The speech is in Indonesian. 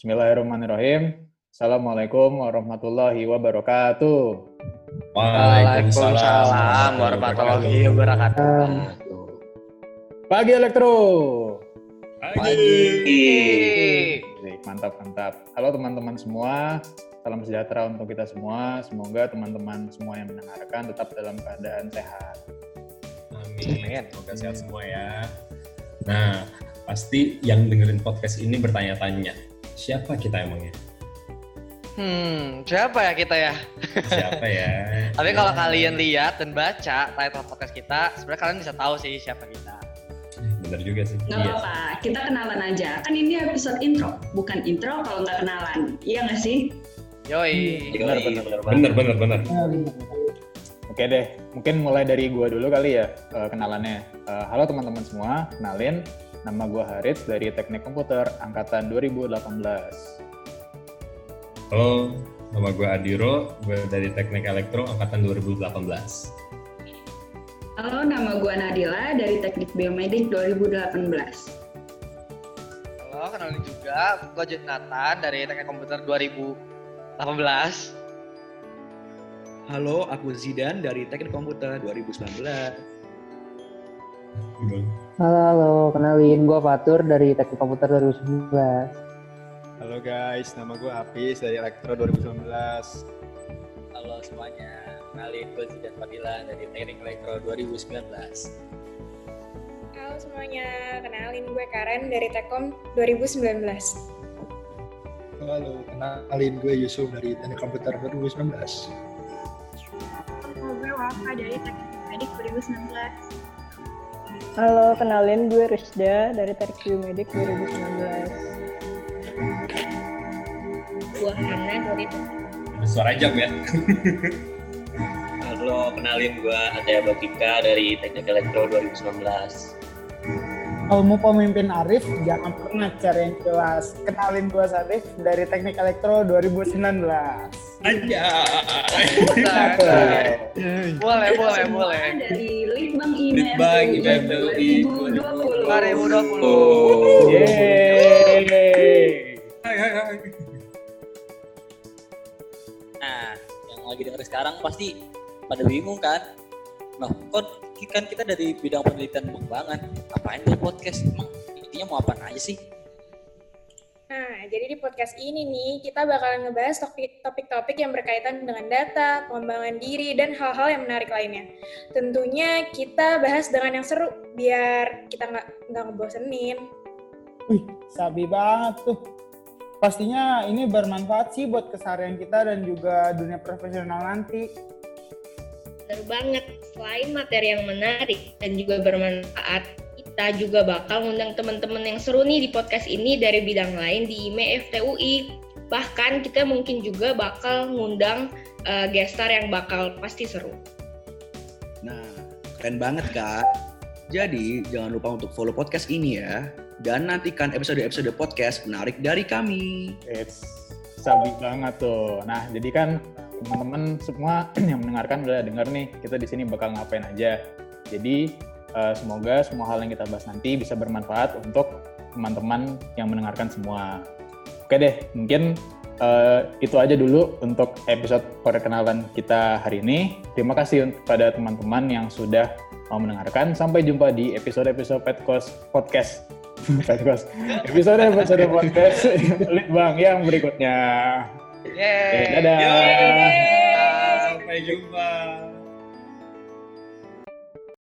Bismillahirrahmanirrahim. Assalamualaikum warahmatullahi wabarakatuh. Waalaikumsalam warahmatullahi wabarakatuh. Pagi Elektro. Pagi. Mantap. Halo teman-teman semua. Salam sejahtera untuk kita semua. Semoga teman-teman semua yang mendengarkan tetap dalam keadaan sehat. Amin. Semoga sehat semua ya. Nah, pasti yang dengerin podcast ini bertanya-tanya, siapa kita emangnya? Siapa ya kita ya? Siapa ya? Tapi kalau kalian lihat dan baca title podcast kita, sebenarnya kalian bisa tahu sih siapa kita. Bener juga sih. Gak apa-apa, kita kenalan aja. Kan ini episode intro, bukan intro kalau nggak kenalan. Iya nggak sih? Yoi. Bener. Oke deh, mungkin mulai dari gua dulu kali ya kenalannya. Halo teman-teman semua, kenalin. Nama gua Harits dari Teknik Komputer Angkatan 2018. Halo, nama gue Adiro, gue dari Teknik Elektro Angkatan 2018. Halo, nama gue Nadila dari Teknik Biomedik 2018. Halo, kenalin juga. Gue Jonathan dari Teknik Komputer 2018. Halo, aku Zidan dari Teknik Komputer 2019. Halo, kenalin gue Fatur dari Teknik Komputer 2019. Halo guys, nama gue Hafiz dari Elektro 2019. Halo semuanya, kenalin gue Zidan Fadila dari Teknik Elektro 2019. Halo semuanya, kenalin gue Karen dari Tekom 2019. Halo, kenalin gue Yusuf dari Teknik Komputer 2019. Halo, gue Wafa dari Teknik Biomedik 2019. Halo, kenalin gue Rizda dari Teknik Biomedik 2019. Gue Hana dari Suara jam ya. Halo, kenalin gue Ataya Bakika dari Teknik Elektro 2019. Kamu pemimpin Arif, jangan pernah cari yang jelas. Kenalin gue Sadif dari Teknik Elektro 2019. Aja. Boleh. Dari Litbang IMEF 2020. 2020. Yeay. Hai. Nah, yang lagi denger sekarang pasti pada bingung kan? Nah, kan kita dari bidang penelitian pengembangan, ngapain buat podcast? Emang intinya mau apaan aja sih? Nah, jadi di podcast ini nih, kita bakalan ngebahas topik-topik yang berkaitan dengan data, pengembangan diri, dan hal-hal yang menarik lainnya. Tentunya kita bahas dengan yang seru, biar kita nggak ngebosenin. Wih, sabi banget tuh. Pastinya ini bermanfaat sih buat keseharian kita dan juga dunia profesional nanti. Benar banget, selain materi yang menarik dan juga bermanfaat, kita juga bakal ngundang teman-teman yang seru nih di podcast ini dari bidang lain di IME FTUI. Bahkan kita mungkin juga bakal ngundang gestar yang bakal pasti seru. Nah, keren banget Kak. Jadi, jangan lupa untuk follow podcast ini ya. Dan nantikan episode-episode podcast menarik dari kami. Sabi banget tuh. Nah, jadi kan teman-teman semua yang mendengarkan udah dengar nih, kita di sini bakal ngapain aja. Jadi semoga semua hal yang kita bahas nanti bisa bermanfaat untuk teman-teman yang mendengarkan semua. Oke deh, mungkin itu aja dulu untuk episode perkenalan kita hari ini. Terima kasih kepada teman-teman yang sudah mau mendengarkan. Sampai jumpa di episode-episode podcast. Episode podcast Litbang yang berikutnya. Yeay. Dadah. Sampai jumpa.